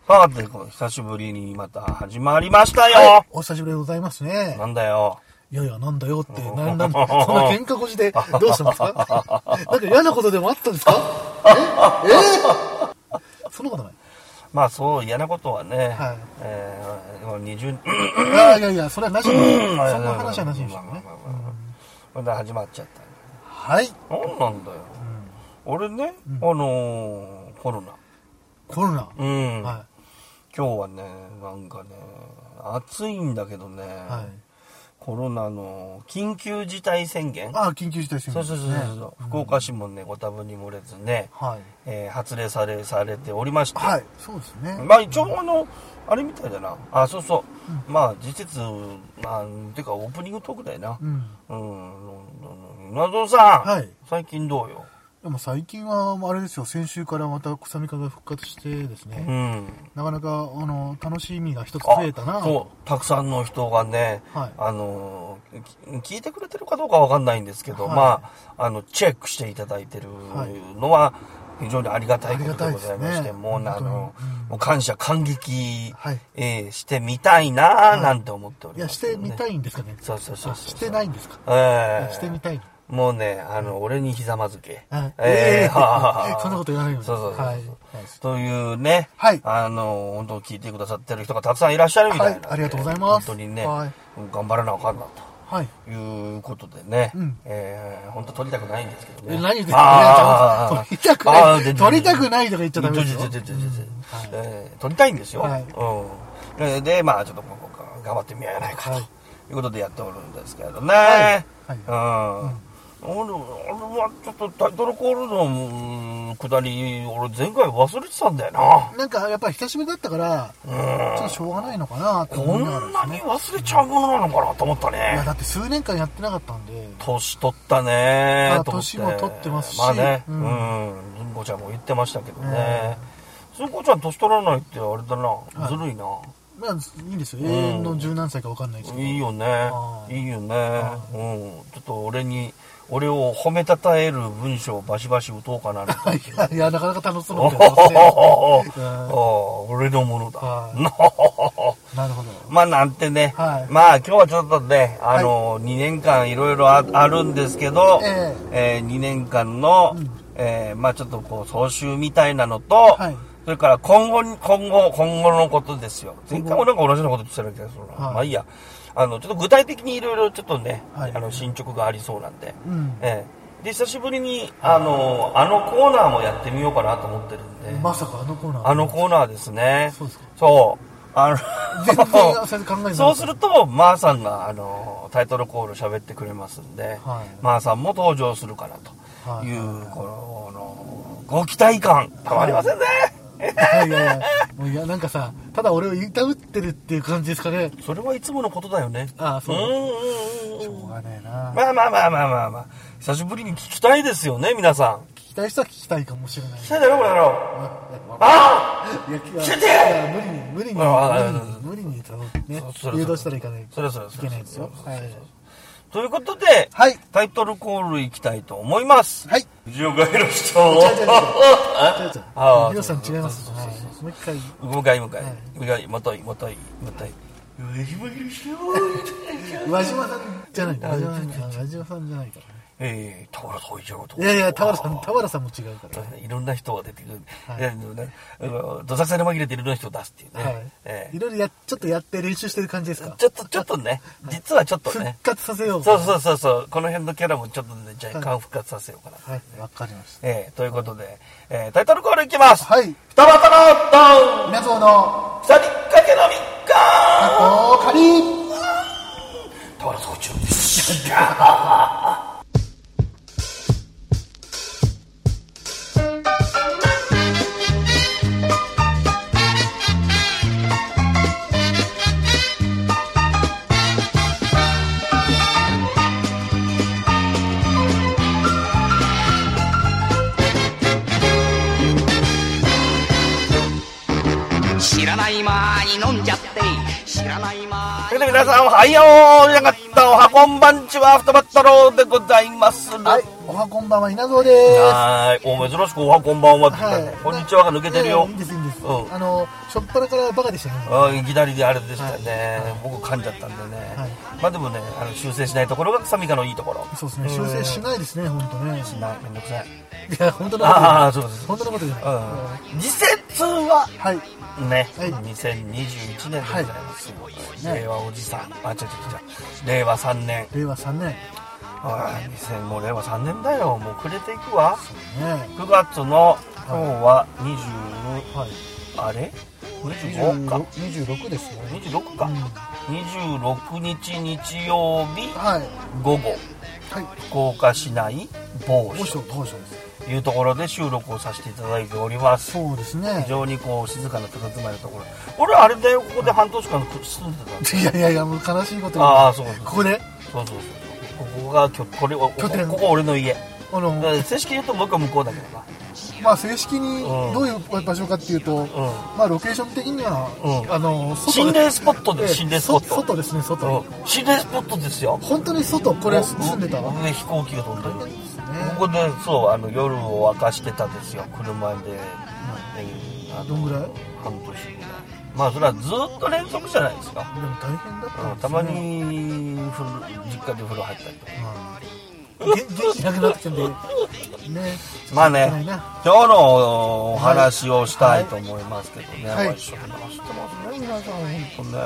さて、久しぶりにまた始まりましたよ、 はい、お久しぶりでございますね。 なんだよ。 いやいや、なんだよって、そんな喧嘩腰でどうしたんですかなんか嫌なことでもあったんですかそんなことない。 まあそう、嫌なことはね、 はい。 20 いやいや、それはなしに。そんな話はなしにしようね。 まだ始まっちゃった。 はい。 なんなんだよ。俺ね、コロナ。 コロナ。 うん。 はい。 今日はね、なんかね、暑いんだけどね、 はい。 コロナの緊急事態宣言。 緊急事態宣言。 そう。福岡市もね、ご多分に漏れずね、 はい。 発令されておりまして。 はい。そうですね。 まあ一応あれみたいだな。そうそう。まあ実質、てかオープニングトークだよな。稲造さん。 はい。 最近どうよ。 でも最近はあれですよ、先週からまた臭み化が復活してですね、なかなか楽しみが一つ増えたな。 そう、たくさんの人がね、 はい、 聞いてくれてるかどうかわかんないんですけど、 はい、 チェックしていただいてるのは非常にありがたいことでございまして、もう感謝感激、 はい、 してみたいななんて思っております、 ね。いや、してみたいんですかね。 そう。 してないんですか。してみたい。 もうね、俺にひざまずけ。 そんなこと言わないように。 そう。 はい。 というね、 はい。 本当聞いてくださってる人がたくさんいらっしゃるみたいな。はい、 ありがとうございます。 本当にね、 はい、 頑張らなあかんなと。 はい。 いうことでね、本当撮りたくないんですけどね。 何で撮りたくないとか言っちゃダメですよ。 撮りたいんですよ。 はい。 で、まあちょっと頑張ってみようやないかということでやっておるんですけどね。俺はちょっとタイトルコールのくだり、俺前回忘れてたんだよな。 なんかやっぱり久しぶりだったから、ちょっとしょうがないのかなって思いながらですね。 こんなに忘れちゃうものなのかなと思ったね。 いや、だって数年間やってなかったんで。 年取ったねと思って。 年も取ってますし。 まあね、ずんこちゃんも言ってましたけどね。ずんこちゃん年取らないってあれだな、ずるいな。 まあ、いいんですよ。永遠の十何歳か分かんないですけど。 いいよね。ちょっと俺を褒めたたえる文章をバシバシ打とうかな。 いや、なかなか楽しそうなことですね。 俺のものだ。 なるほど。 まあなんてね。まあ今日はちょっとね、2年間いろいろあるんですけど、2年間の、まあちょっと総集みたいなのと、それから今後のことですよ。前回もなんか同じようなこと言ってたような気がするな。まあいいや。ちょっと具体的にいろいろちょっとね、進捗がありそうなんで。で、久しぶりに、コーナーもやってみようかなと思ってるんで。 まさかあのコーナーですね。 そうですか。 そう。 全然考えない。 そうすると、まーさんが、タイトルコール喋ってくれますんで、まーさんも登場するかなという、ご期待感、たまりませんね。 いや、なんかさ、ただ俺を歌うってるっていう感じですかね。 それはいつものことだよね。 そう。しょうがねえな。 まあ。久しぶりに聞きたいですよね、皆さん。 聞きたい人は聞きたいかもしれない。 聞きたいだろ、これだろ。聞いて無理に誘導したらいけないですよ。 ということで、タイトルコールいきたいと思います。 はい。 藤岡弘と。 ヒロさん違います。もう一回。 もとい。 輪島さんじゃない。輪島さんじゃないからね。 田原さん一応と。 いや、田原さんも違うから。 いろんな人が出てくる。どさくさに紛れていろんな人を出すっていうね。いろいろちょっとやって練習してる感じですか？ ちょっとね。実はちょっとね。 復活させよう。 そう。この辺のキャラもちょっとね、若干復活させようかな。 はい、わかりました。 ということで、タイトルコールいきます。 はい。 二股のドン！ 皆さんの二人かけの3日！ カリ田原総長です。 知らない間に飲んじゃって知らない間に。 皆さんおはようやがったおはこんばんちはアフターバッタローでございます。 はい、おはこんばんは稲造です。 はい、お珍しくおはこんばんはって言ったね、はい、こんにちはが抜けてるよ。 いいですいいです、しょっぱなからバカでしたね。 いきなりであれでしたね、はい、僕噛んじゃったんでね、はい、まあでもね修正しないところが臭みかのいいところ。 そうですね、修正しないですね本当ね。 しない、めんどくさい。 いや本当のこと。 ああそうです。 本当のことじゃない。 時節ははいね、はい、2021年でございます、はい、令和おじさん、令和3年。 令和3年。 もう令和3年だよ、もう暮れていくわ。 ね、 9月の今日は20、はい、あれ25か。 26ですね。 26か。26日日曜日、はい、午後、はい、福岡市内某所というところで収録をさせていただいております。 そうですね。 非常にこう静かな佇まいのところ。俺あれだよ、ここで半年間住んでた。いやもう悲しいこと。 ああそう。 ここで。 そう。ここがここ俺の家。正式に言うと僕は向こうだけどな。 まあ正式にどういう場所かっていうと、まあロケーション的には心霊スポットです。心霊スポット。 外ですね、外。 心霊スポットですよ。 本当に外、これ住んでた。 上飛行機が飛んでる。ここでそう夜を明かしてたですよ、車で。 どんぐらい？ 半年ぐらい。まあそれはずっと連続じゃないですか。 でも大変だったんですね。 たまに実家で風呂入ったりとか。 元気なくなってきたんでね。 まあね、今日のお話をしたいと思いますけどね。はい、一生懸命走ってますね、皆さん本当ね。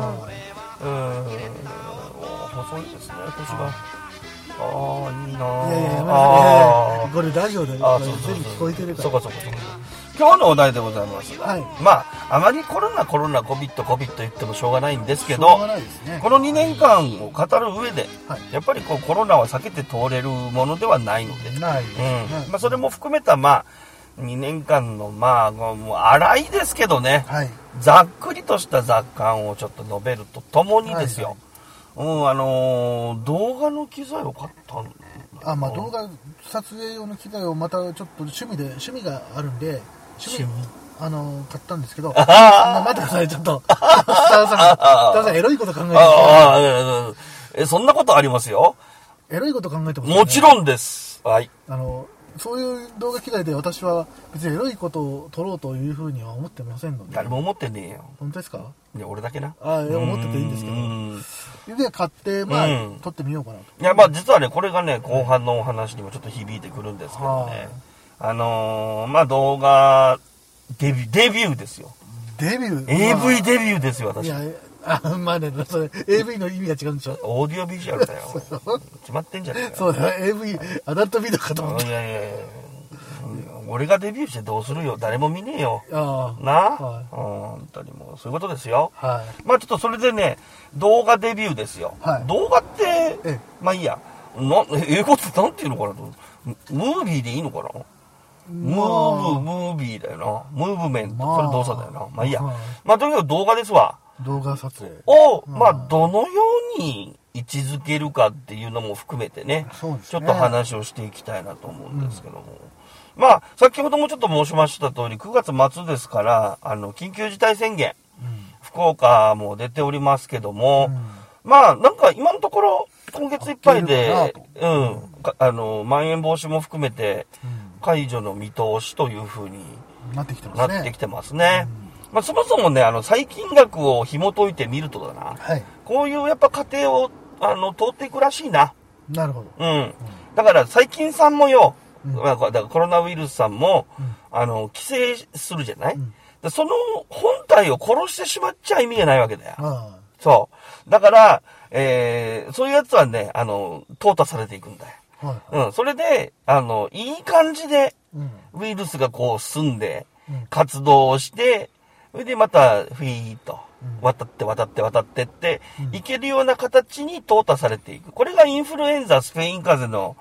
細いですね、年が。ああいいな。 いやこれラジオで全部聞こえてるから。 そう今日のお題でございます。はい、まああまりコロナコビット言ってもしょうがないんですけど、この2年間を語る上で、やっぱりこうコロナは避けて通れるものではないので、まあそれも含めたまあ2年間のまあもう荒いですけどね、ざっくりとした雑感をちょっと述べるとともにですよ。動画の機材を買ったんまあ動画撮影用の機材をまたちょっと趣味があるんで買ったんですけど、待ってください、ちょっと北川さんエロいこと考えてそんなことありますよ。 エロいこと考えてますね。もちろんです。はい。 そういう動画機材で私は別にエロいことを撮ろうというふうには思ってませんので。 誰も思ってねえよ。 本当ですか？ いや俺だけな。 思ってていいんですけど。で買って撮ってみようかなと。 いやまあ実はねこれがね後半のお話にもちょっと響いてくるんですけどね。まあ動画デビューですよ。 デビュー？ AV デビューですよ私。 いやまあね、それ AV の意味が違うんでしょ。 オーディオビジュアルだよ。決まってんじゃねえか。 そうだ、AV アダルトビデオかと思った。 いや俺がデビューしてどうするよ、誰も見ねえよな。本当にもうそういうことですよ。まあちょっとそれでね動画デビューですよ。動画ってまあいいや、英語ってなんていうのかなと、ムービーでいいのかな。ムービーだよな。ムーブメント、それ動作だよな。まあいいや。まあとにかく動画ですわ。 動画撮影を、まあどのように位置づけるかっていうのも含めてね、ちょっと話をしていきたいなと思うんですけども、まあ先ほどもちょっと申しました通り9月末ですから緊急事態宣言、福岡も出ておりますけども、まあなんか今のところ今月いっぱいでまん延防止も含めて解除の見通しというふうになってきてますね。まあ、そもそもね細菌学を紐解いてみるとだな、こういうやっぱ過程を通っていくらしいな。 なるほど。 だから細菌さんもよ、だからコロナウイルスさんも、寄生するじゃない、その本体を殺してしまっちゃ意味がないわけだよ。そうだからそういうやつはね淘汰されていくんだよ。それでいい感じでウイルスがこう進んで活動をして、それでまたフィーッと渡ってっていけるような形に淘汰されていく。これがインフルエンザ、スペイン風邪の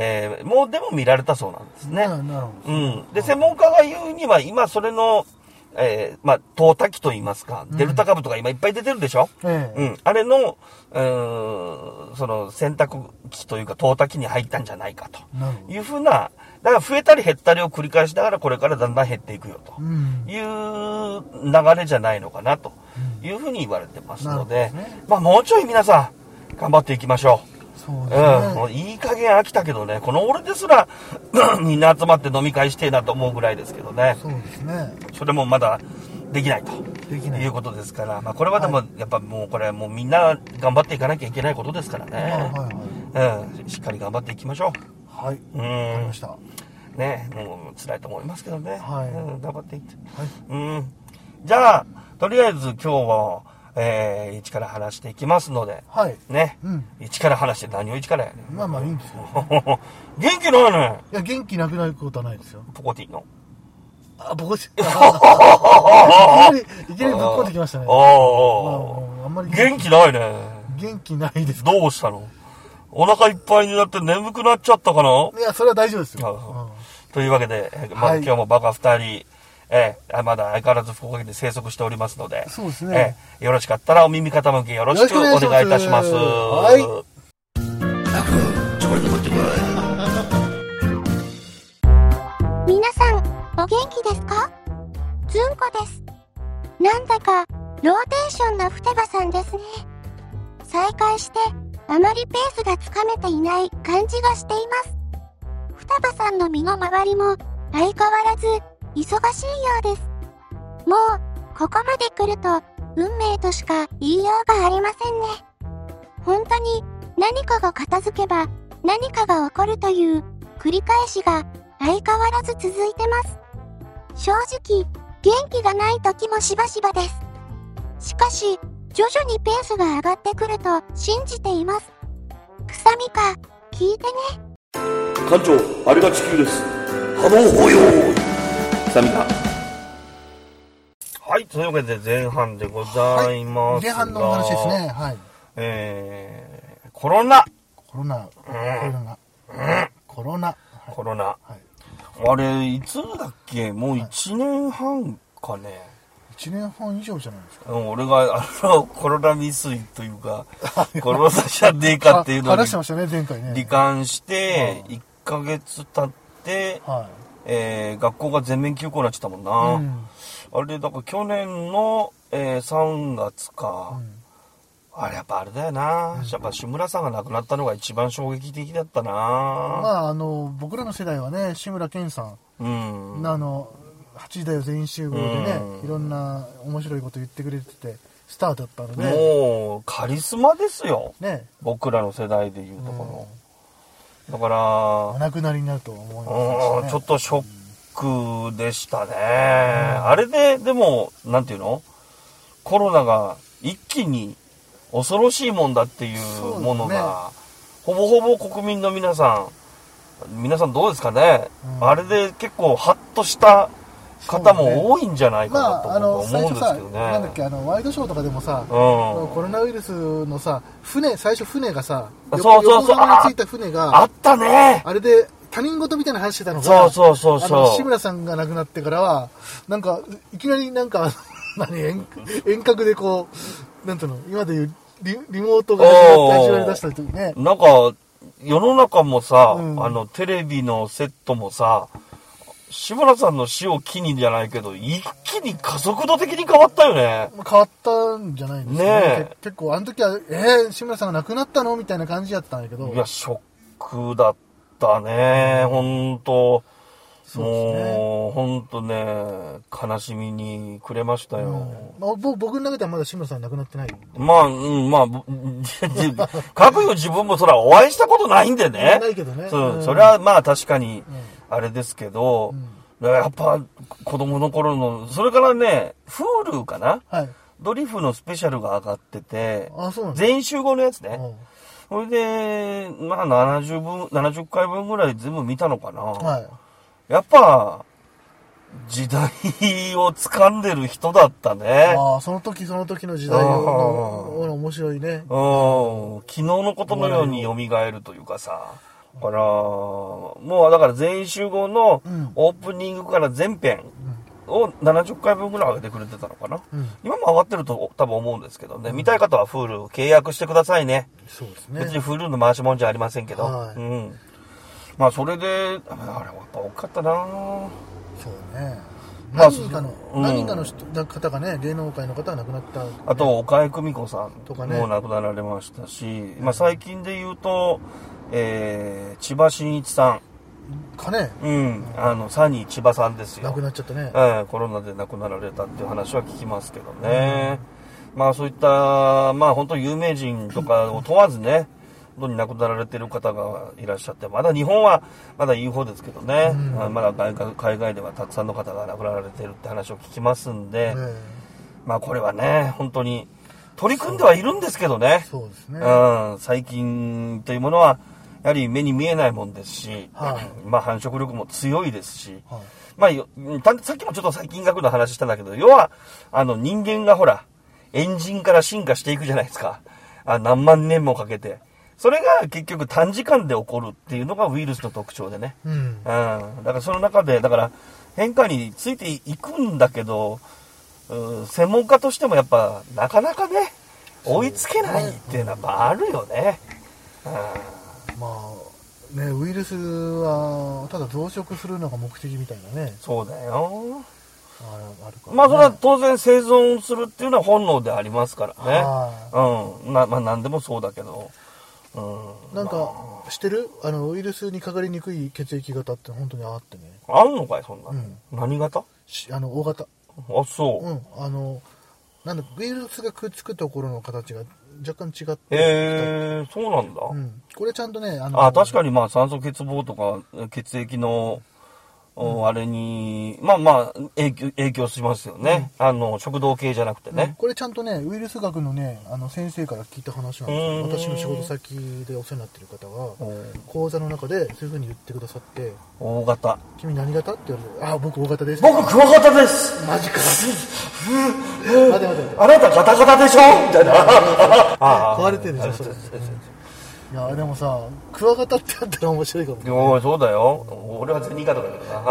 もうでも見られたそうなんですね。で専門家が言うには今それのまあ、投擲と言いますか、デルタ株とか今いっぱい出てるでしょ、あれの、その選択機というか投擲に入ったんじゃないかというふうな、だから増えたり減ったりを繰り返しながらこれからだんだん減っていくよという流れじゃないのかなというふうに言われてますので、まあもうちょい皆さん頑張っていきましょう。そうですね。もういい加減飽きたけどね、この俺ですらみんな集まって飲み会してえなと思うぐらいですけどね。 そうですね。 それもまだできないということですから、まあこれはでもやっぱもうこれもうみんな頑張っていかなきゃいけないことですからね。しっかり頑張っていきましょう。 はい。わかりました。 ね、もう辛いと思いますけどね。 はい。 頑張っていって。はい。じゃあとりあえず今日は一から話していきますので、 はい。 ね。一から話して何を一からやねん。 まあまあいいんですよ。 元気ないね。 いや、元気なくなることはないですよ。 ポコティの。 ポコティ。いきなりぶっこんできましたね。 あんまり元気ないね。 元気ないです。 どうしたの？お腹いっぱいになって眠くなっちゃったかな？ いや、それは大丈夫ですよ。 というわけで、今日もバカ2人、まだ相変わらず福岡県で生息しておりますので、 そうですね。 よろしかったらお耳傾けよろしくお願いいたします。 はい。 皆さん、お元気ですか？ずんこです。なんだか、ローテーションなふてばさんですね。再開して、あまりペースがつかめていない感じがしています。双葉さんの身の回りも相変わらず忙しいようです。もうここまで来ると運命としか言いようがありませんね。本当に何かが片付けば何かが起こるという繰り返しが相変わらず続いてます。正直元気がない時もしばしばです。しかし徐々にペースが上がってくると信じています。くさみか、聞いてね。 館長、あれが地球です。波動法要。くさみか。はい、というわけで前半でございますが、 前半のお話ですね。はい。 コロナ。あれ、いつだっけ？もう1年半かね。 1年半以上じゃないですか。 俺がコロナ未遂というかコロナじゃねえかっていうのを話してましたね、前回ね。 罹患して1ヶ月経って、学校が全面休校になっちゃったもんな、あれだから去年の、3月か、あれやっぱあれだよな、やっぱ志村さんが亡くなったのが一番衝撃的だったな。 まあ僕らの世代はね、志村けんさん、8時だよ全員集合でね、いろんな面白いこと言ってくれててスターだったので、 もうカリスマですよ、ね、僕らの世代でいうところ、だからお亡くなりになると思います、ね、 ちょっとショックでしたね、あれでもなんていうの、コロナが一気に恐ろしいもんだっていうものが、ほぼほぼ国民の皆さんどうですかね、あれで結構ハッとした方も多いんじゃないかなと思うんですけどね。 なんだっけ、ワイドショーとかでもさ、コロナウイルスのさ、最初船がさ、横浜に着いた船があったね。 あれで他人事みたいな話してたのが、志村さんが亡くなってからは、なんかいきなりなんか遠隔でこう、なんていうの、今でいうリモートが始まり出した時ね。 なんか世の中もさ、テレビのセットもさ、志村さんの死を機にじゃないけど一気に加速度的に変わったよね。 変わったんじゃないですかね。結構あの時は志村さんが亡くなったのみたいな感じやったんだけど、 いやショックだったね、本当。もう本当ね、悲しみに暮れましたよ。 僕の中ではまだ志村さん亡くなってない。 各有自分もそれはお会いしたことないんでね。 ないけどね。 それはまあ確かにあれですけど、やっぱ子供の頃の、それからね、Hulu かな、ドリフのスペシャルが上がってて、全員集合のやつね。それで、まあ70回分ぐらい全部見たのかな。やっぱ時代を掴んでる人だったね。 その時の時代の面白いね。 昨日のことのように蘇るというかさ。だからもうだから全員集合のオープニングから全編、 を70回分ぐらい上げてくれてたのかな。今も上がってると多分思うんですけどね。見たい方は Hulu 契約してくださいね。 そうですね。 別に Hulu の回しもんじゃありませんけど。まあそれで、あれやっぱ多かったな。 そうね。何かの方がね、芸能界の方は亡くなった。 あと、岡江久美子さんとかね、もう亡くなられましたし、まあ最近で言うと、千葉真一さん。 かね。 サニー千葉さんですよ。 亡くなっちゃったね。 コロナで亡くなられたっていう話は聞きますけどね。まあそういった、まあ本当有名人とかを問わずね、本当に亡くなられてる方がいらっしゃって、まだ日本はまだいい方ですけどね、まだ海外ではたくさんの方が亡くなられてるって話を聞きますんで、まあこれはね、本当に取り組んではいるんですけどね。 そうですね。 最近というものは、やはり目に見えないもんですし、まあ繁殖力も強いですし、まあさっきもちょっと細菌学の話したんだけど、要は、人間がほら、エンジンから進化していくじゃないですか。何万年もかけて。それが結局短時間で起こるっていうのがウイルスの特徴でね。だからその中で、だから変化についていくんだけど、専門家としてもやっぱなかなかね、追いつけないっていうのはやっぱあるよね。 まあ、ね、ウイルスはただ増殖するのが目的みたいなね。 そうだよ。 あるからね。 まあそれは当然生存するっていうのは本能でありますからね。まあ何でもそうだけど。 なんか、知ってる？ウイルスにかかりにくい血液型って本当にあってね。 あるのかい、そんな。何型？ O型。 あ、そう。 なんだ、ウイルスがくっつくところの形が若干違って。 そうなんだ。 これちゃんとね、 確かにまあ酸素欠乏とか血液の、あれに、まあ、影響しますよね。食道系じゃなくてね。 これちゃんとね、ウイルス学のね、先生から聞いた話なんですよ。私の仕事先でお世話になってる方が、講座の中でそういう風に言ってくださって、 大型。 君何型って言われて、僕大型です。 僕クワガタです。 マジか。待て。 あなたガタガタでしょみたいな。 壊れてるでしょ、それ。いや、でもさ、クワガタってあったら面白いかも。 そうだよ。俺はゼニガタだけどな。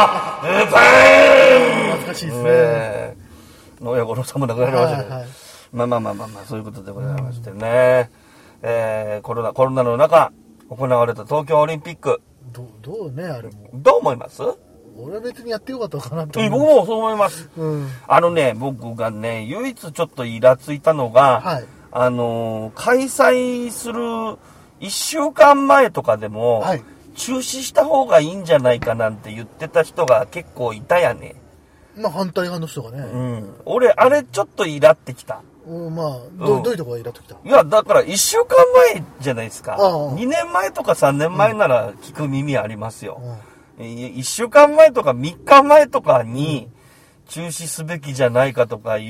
懐かしいですね。 野谷五郎さんも亡くなりましたけど。まあ、そういうことでございましてね。コロナの中、行われた東京オリンピック。 どうね、あれも。 どう思います？ 俺は別にやってよかったかなと思う。 僕もそう思います。僕がね、唯一ちょっとイラついたのが、開催する1週間前とかでも、中止した方がいいんじゃないかなんて言ってた人が結構いたやね。 まあ反対派の人がね。 俺、あれちょっとイラってきた。 まあ、どういうとこがイラってきた？ いや、だから1週間前じゃないですか。2年前とか3年前なら聞く耳ありますよ。1週間前とか3日前とかに中止すべきじゃないかとかいう、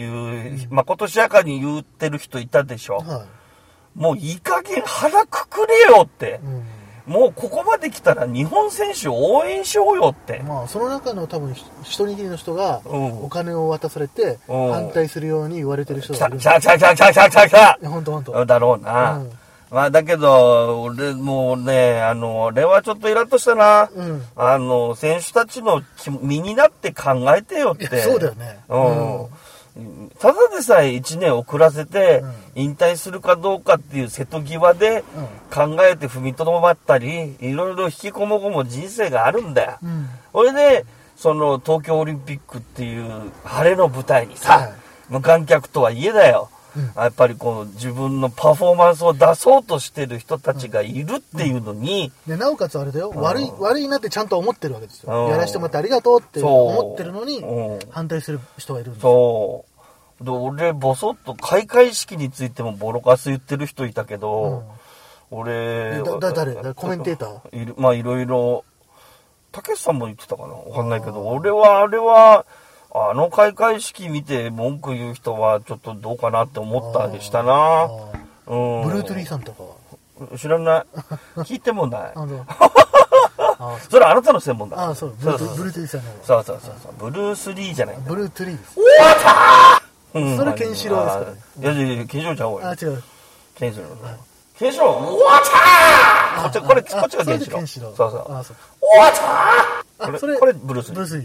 まことしやかに言ってる人いたでしょ。もういい加減腹くくれよって。もうここまで来たら日本選手応援しようよって。 まあその中の多分一握りの人がお金を渡されて反対するように言われてる人がいる。 来た。 本当。 だろうな。まあだけど、俺もうね、俺はちょっとイラッとしたな。選手たちの身になって考えてよって。 そうだよね。 ただでさえ1年遅らせて引退するかどうかっていう瀬戸際で考えて踏みとどまったり、いろいろ引きこもごも人生があるんだよ。それで、その東京オリンピックっていう晴れの舞台にさ、無観客とはいえだよ。やっぱりこう自分のパフォーマンスを出そうとしてる人たちがいるっていうのに、 なおかつあれだよ、悪いなってちゃんと思ってるわけですよ。やらせてもらってありがとうって思ってるのに反対する人がいるんですよ。 で俺ボソッと開会式についてもボロカス言ってる人いたけど、俺誰コメンテーターまあいろいろたけしさんも言ってたかな、わかんないけど、俺はあれは開会式見て文句言う人はちょっとどうかなって思ったりしたな。 ブルートリーさんとかは知らない。聞いてもない。それはあなたの専門だ。 そう。ブルートリーさんの。 そう。ブルースリーじゃない。 ブルートリーです。 終わったー！それケンシロウですからね。 いや、ケンシロウちゃうわよ。 違う。 ケンシロウ。ケンシロウ、終わったー！こっちがケンシロウ。そう。終わったー！これブルースリー。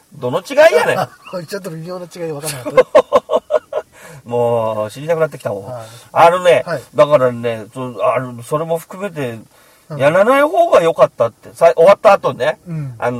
どの違いやねん。 ちょっと微妙な違い分かんなかった。 もう、知りたくなってきたもん。 はい、 だからね、それも含めて、やらない方が良かったって、終わった後ね、アン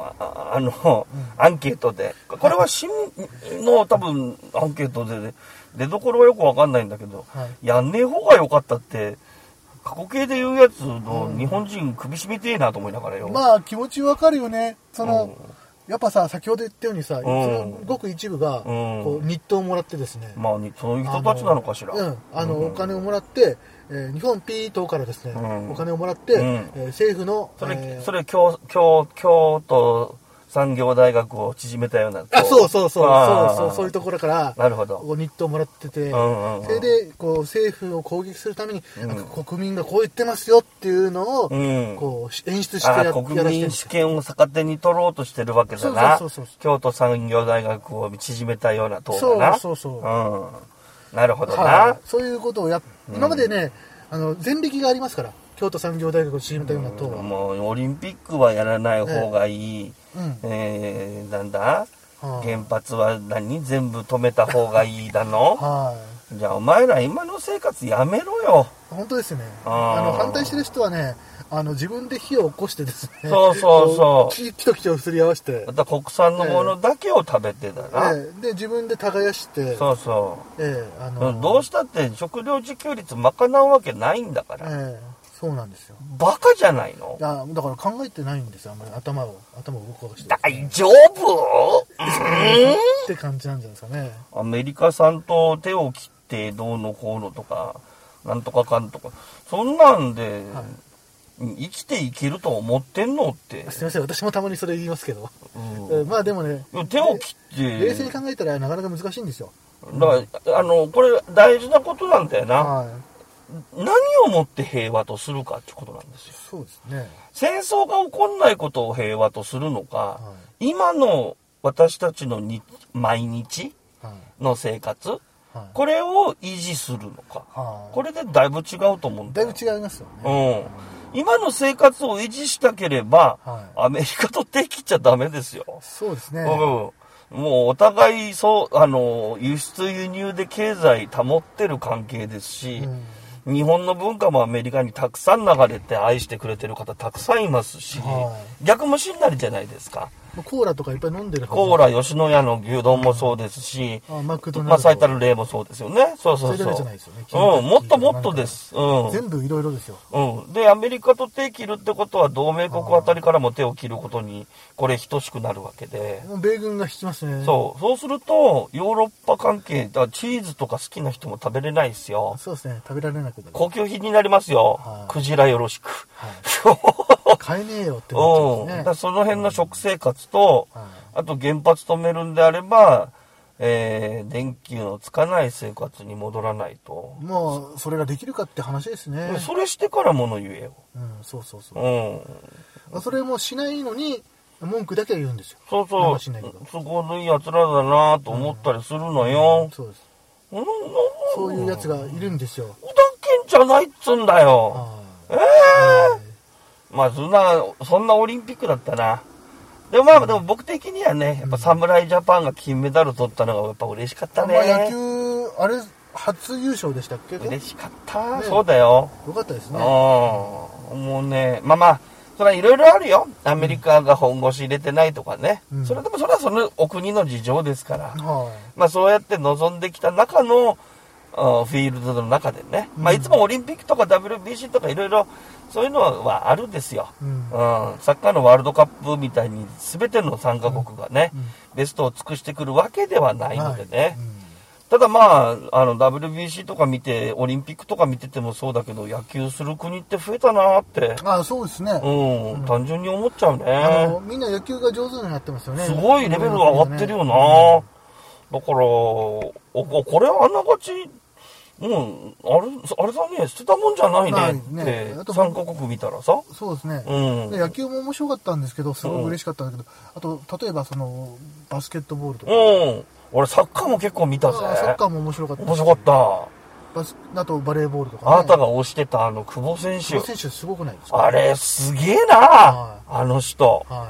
ケートで。これは新の多分アンケートで、出どころはよくわかんないんだけど、やんねえ方が良かったって、過去形で言うやつの日本人首絞めてえなと思いながらよ。 まあ気持ちわかるよね。やっぱさ、先ほど言ったようにさ、ごく一部が、こう、日当をもらってですね。 まあ、そういう人たちなのかしら。 お金をもらって、日本 P 党からですね、お金をもらって、政府の、 それ、京都産業大学を縮めたような。 そういうところから、 なるほど。 日当をもらってて、それで、こう、政府を攻撃するために、国民がこう言ってますよっていうのを、こう、演出してやらせてる。 国民主権を逆手に取ろうとしてるわけだな。京都産業大学を縮めたような党だな。なるほどな。 そういうことを今までね、前歴がありますから、京都産業大学を縮めたような党は。 もう、オリンピックはやらない方がいい。なんだ原発は全部止めた方がいいだのじゃあお前ら今の生活やめろよ。 本当ですね。反対してる人はね、自分で火を起こしてですね。木と木をすり合わせて。 また国産のものだけを食べてだな。 で、自分で耕して。 どうしたって食料自給率賄うわけないんだから。 そうなんですよ。 バカじゃないの？ だから考えてないんですよ。あんまり頭を動かして、 大丈夫？ って感じなんじゃないですかね。 アメリカさんと手を切ってどうのこうのとか、なんとかかんとか、そんなんで、生きていけると思ってんのって。 すみません、私もたまにそれ言いますけど。まあでもね、 手を切って。 冷静に考えたらなかなか難しいんですよ。 だから、これ大事なことなんだよな。何をもって平和とするかってことなんですよ。 そうですね。 戦争が起こんないことを平和とするのか、今の私たちの毎日の生活、これを維持するのか、これでだいぶ違うと思うんだよ。 だいぶ違いますよね。 今の生活を維持したければ、アメリカと手切っちゃダメですよ。 そうですね。 もうお互い輸出輸入で経済保ってる関係ですし、日本の文化もアメリカにたくさん流れて愛してくれてる方たくさんいますし、逆もしんなりじゃないですか。 コーラとかいっぱい飲んでるコーラ、吉野家の牛丼もそうですし、最たる例もそうですよね。そう。 それだけじゃないですよね。 もっともっとです。 全部いろいろですよ。 で、アメリカと手切るってことは、同盟国あたりからも手を切ることに、これ等しくなるわけで。 米軍が引きますね。 そうすると、ヨーロッパ関係、チーズとか好きな人も食べれないですよ。 そうですね。食べられなくなる。 高級品になりますよ。クジラよろしく。 買えねえよって思っちゃうんですね。 その辺の食生活と、あと原発止めるんであれば、電気のつかない生活に戻らないと。 もう、それができるかって話ですね。 それしてから物言えよ。 そう。それもしないのに、文句だけ言うんですよ。 そう。都合のいい奴らだなと思ったりするのよ。 そうです。そういう奴がいるんですよ。 ふざけんじゃないっつんだよ。まあ、そんなオリンピックだったな。でも僕的にはね、やっぱ侍ジャパンが金メダル取ったのがやっぱ嬉しかったね。 野球、初優勝でしたっけ？ 嬉しかった。そうだよ。 よかったですね。 もうね、それはいろいろあるよ。アメリカが本腰入れてないとかね。それはそのお国の事情ですから。そうやって望んできた中の、フィールドの中でね。いつもオリンピックとか WBC とかいろいろ、そういうのはあるんですよ。サッカーのワールドカップみたいに全ての参加国がね、ベストを尽くしてくるわけではないのでね。ただWBC とか見て、オリンピックとか見ててもそうだけど、野球する国って増えたなーって。 そうですね。 単純に思っちゃうね。 みんな野球が上手になってますよね。 すごいレベルが上がってるよな。だから、これはあんながち、あれだね、捨てたもんじゃないねって、参加国見たらさ。 そうですね。野球も面白かったんですけど、すごい嬉しかったんだけど、あと、例えばバスケットボールとか。 俺サッカーも結構見たぜ。 サッカーも面白かった。 面白かった。 あとバレーボールとか、 あなたが推してた久保選手。 久保選手すごくないですか？ あれすげえな、あの人。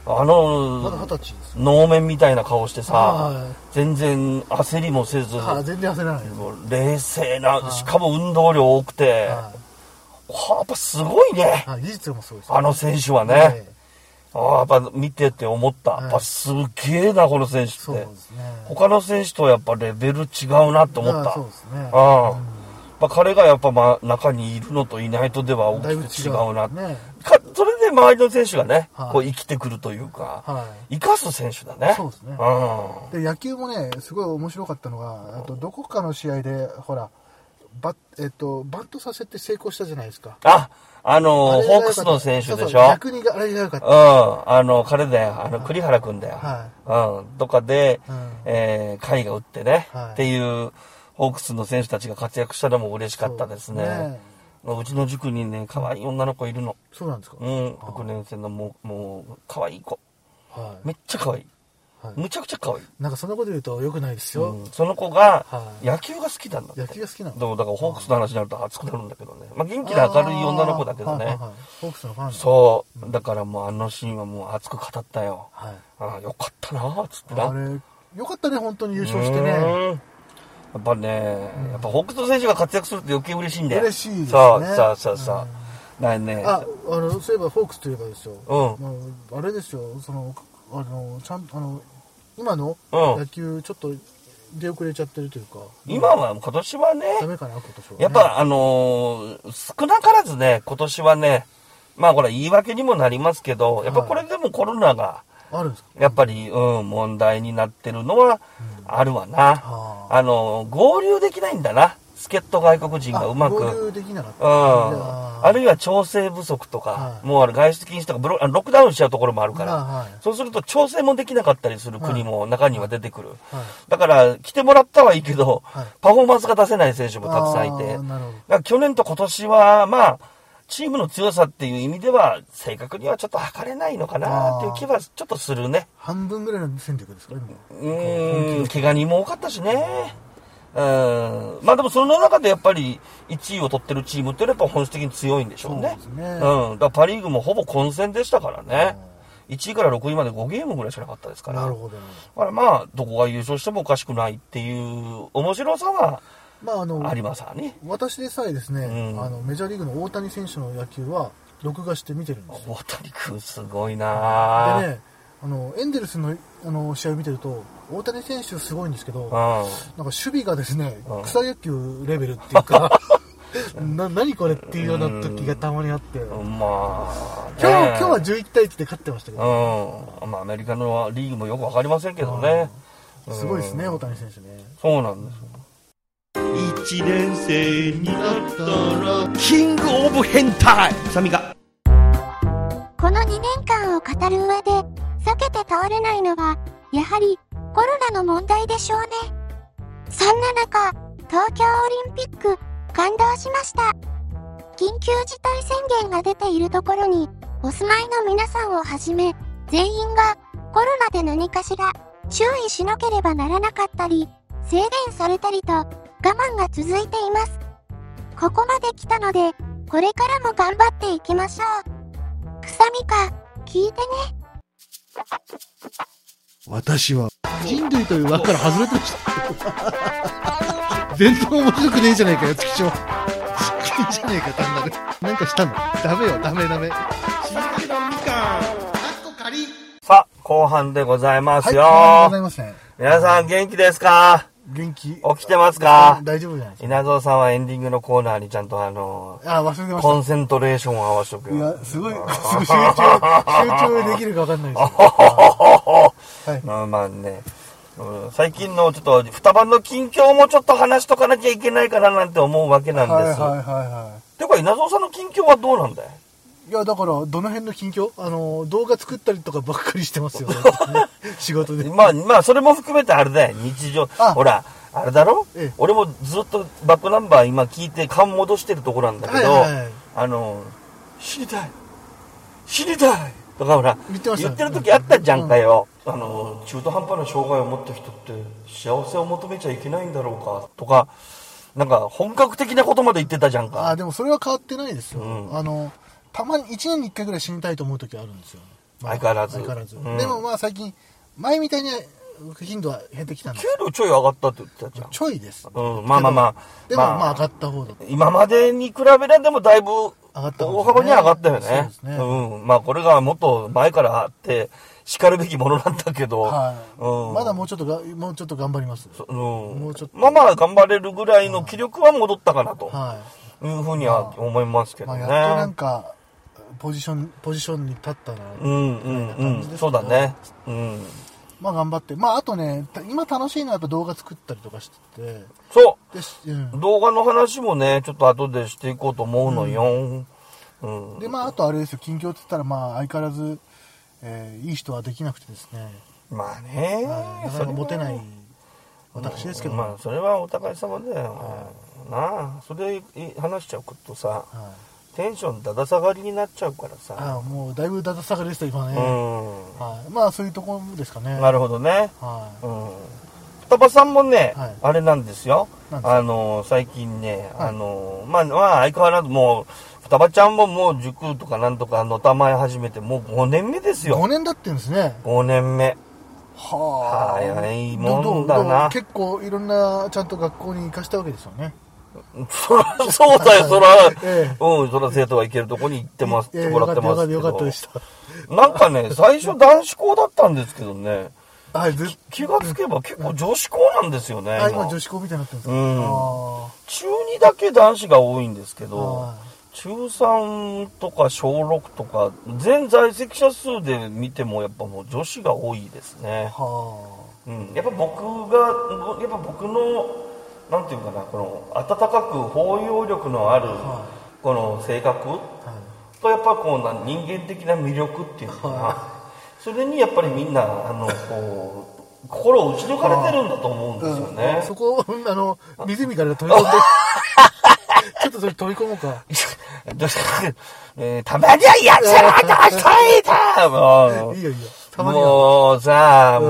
まだ20歳です。 能面みたいな顔してさ、全然焦りもせず、 全然焦らない。 冷静な、しかも運動量多くて、やっぱすごいね。 技術もすごいです。 あの選手はね。やっぱ見てて思った。やっぱすげえな、この選手って。 そうですね。 他の選手とやっぱレベル違うなって思った。 そうですね。 彼がやっぱ中にいるのといないとでは大きく違うな。それで周りの選手がね、こう生きてくるというか、生かす選手だね。 そうですね。で、野球もね、すごい面白かったのが、どこかの試合で、ほら、バントさせて成功したじゃないですか。 ホークスの選手でしょ。 逆にあれが良かった。 彼だよ。栗原くんだよ。とかで、甲斐が打ってね、っていう、ホークスの選手たちが活躍したのも嬉しかったですね。うちの塾にね、可愛い女の子いるの。 そうなんですか。 6年生のもう、可愛い子。めっちゃ可愛い。むちゃくちゃ可愛い。 なんかそんなこと言うと良くないですよ。 その子が野球が好きなんだって。 野球が好きなの？だからホークスの話になると熱くなるんだけどね。元気で明るい女の子だけどね。 ホークスのファン。そう。 だからもうあのシーンはもう熱く語ったよ。よかったなぁ、つってな。 あれ、よかったね、本当に優勝してね。 やっぱね、ホークスの選手が活躍すると余計嬉しいんだよ。 嬉しいですね。 そう。だよね。 そういえばホークスといえばですよ。あれですよ、ちゃんと、今の野球、ちょっと出遅れちゃってるというか。 今年はね。 ダメかな、今年は。 やっぱ少なからずね、今年はね、まあこれ言い訳にもなりますけど、やっぱこれでもコロナが、 あるんですか？ やっぱり、問題になってるのはあるわな。合流できないんだな。助っ人外国人がうまく。 合流できなかった。 あるいは調整不足とか、もう外出禁止とかロックダウンしちゃうところもあるから、そうすると調整もできなかったりする国も中には出てくる。だから、来てもらったはいいけど、パフォーマンスが出せない選手もたくさんいて、だから去年と今年は、まあ、チームの強さっていう意味では、正確にはちょっと測れないのかなっていう気はちょっとするね。 半分ぐらいの戦力ですかね。 怪我人も多かったしね。まあでもその中でやっぱり1位を取ってるチームっていうのはやっぱ本質的に強いんでしょうね。だからパリーグもほぼ混戦でしたからね。1位から6位まで5ゲームぐらいしかなかったですから。 なるほど。だからまあ、どこが優勝してもおかしくないっていう面白さは、ありますわね。 私でさえですね、メジャーリーグの大谷選手の野球は録画して見てるんですよ。 大谷君すごいなでね、エンゼルスの試合を見てると、大谷選手すごいんですけど、なんか守備がですね、草野球レベルっていうか、何これっていうような時がたまにあって、まあ、今日は11対1で勝ってましたけど、 まあアメリカのリーグもよくわかりませんけどね。 すごいですね、大谷選手ね。 そうなんですよ。 1年生になったらキングオブ変態サミがこの2年間を語る上で避けて通れないのはやはりコロナの問題でしょうね。そんな中、東京オリンピック感動しました。緊急事態宣言が出ているところにお住まいの皆さんをはじめ全員がコロナで何かしら注意しなければならなかったり制限されたりと我慢が続いています。ここまで来たのでこれからも頑張っていきましょう。くさみか聞いてね。 私は人類という枠から外れてました全然面白くねえじゃねえかよ、月長。いいじゃねえか、単なる。なんかしたの？ダメよ、ダメ。 さあ、後半でございますよ。 はい、ございますね。 皆さん元気ですか？ 元気？ 起きてますか？ 大丈夫じゃないですか。 稲造さんはエンディングのコーナーにちゃんと忘れてました。 コンセントレーションを合わせとくよ。 いや、すごい集中できるか分かんないですよ。 はい、まあね、最近のちょっと双葉の近況もちょっと話しとかなきゃいけないかななんて思うわけなんです。てか稲造さんの近況はどうなんだい？ いや、だから、どの辺の近況？動画作ったりとかばっかりしてますよ、ね。仕事で。 まあ、それも含めてあれだよ、日常。ほら、あれだろ？俺もずっとバックナンバー今聞いて勘戻してるところなんだけど、死にたいとかほら、言ってる時あったじゃんかよ。中途半端な障害を持った人って幸せを求めちゃいけないんだろうかとか、なんか本格的なことまで言ってたじゃんか。 でもそれは変わってないですよ。たまに1年に1回ぐらい死にたいと思う時あるんですよ。 相変わらず。 でもまあ最近、前みたいに頻度は減ってきたんです。 給料ちょい上がったって言ってたじゃん。 ちょいです。 まあ。でもまあ上がった方だと。 今までに比べればだいぶ大幅に上がったよね。そうですね。まあこれがもっと前からあって、叱るべきものなんだけど。 まだもうちょっと頑張ります。 もうちょっと。まあ頑張れるぐらいの気力は戻ったかなと。いうふうには思いますけどね。 やっとなんか、ポジションに立ったな。 そうだね。 まあ頑張って。まああとね、今楽しいのはやっぱ動画作ったりとかしてて。 そう。動画の話もね、ちょっと後でしていこうと思うのよ。 で、まああとあれですよ、近況って言ったらまあ相変わらず、いい人はできなくてですね。 まあね。 なかなかモテない私ですけど。 まあそれはお互い様だよ。なあ、それ話しちゃうとさ、テンションだだ下がりになっちゃうからさ。 もうだいぶだだ下がりですと今ね。まあそういうところですかね。 なるほどね。双葉さんもね、あれなんですよ。最近ね、まあ相変わらずもう、双葉ちゃんももう塾とかなんとかのたまえ始めてもう5年目ですよ。 5年だってんですね。 5年目。早いもんだな。 結構いろんなちゃんと学校に行かしたわけですよね。 そうだよ、そら、そら生徒が行けるとこに行ってもらってますけど。 よかったでした。 なんかね、最初男子校だったんですけどね。気がつけば結構女子校なんですよね。 今女子校みたいになってるんですか。 中2だけ男子が多いんですけど、中3とか小6とか、全在籍者数で見てもやっぱもう女子が多いですね。やっぱ僕の、なんていうかな、この温かく包容力のあるこの性格とやっぱこう人間的な魅力っていうのかな、それにやっぱりみんなこう心を打ち抜かれてるんだと思うんですよね。 そこ湖から飛び込んでちょっとそれ飛び込もうか。 たまにはやっちゃらかしたいだもう。 いいよ。 もうさ、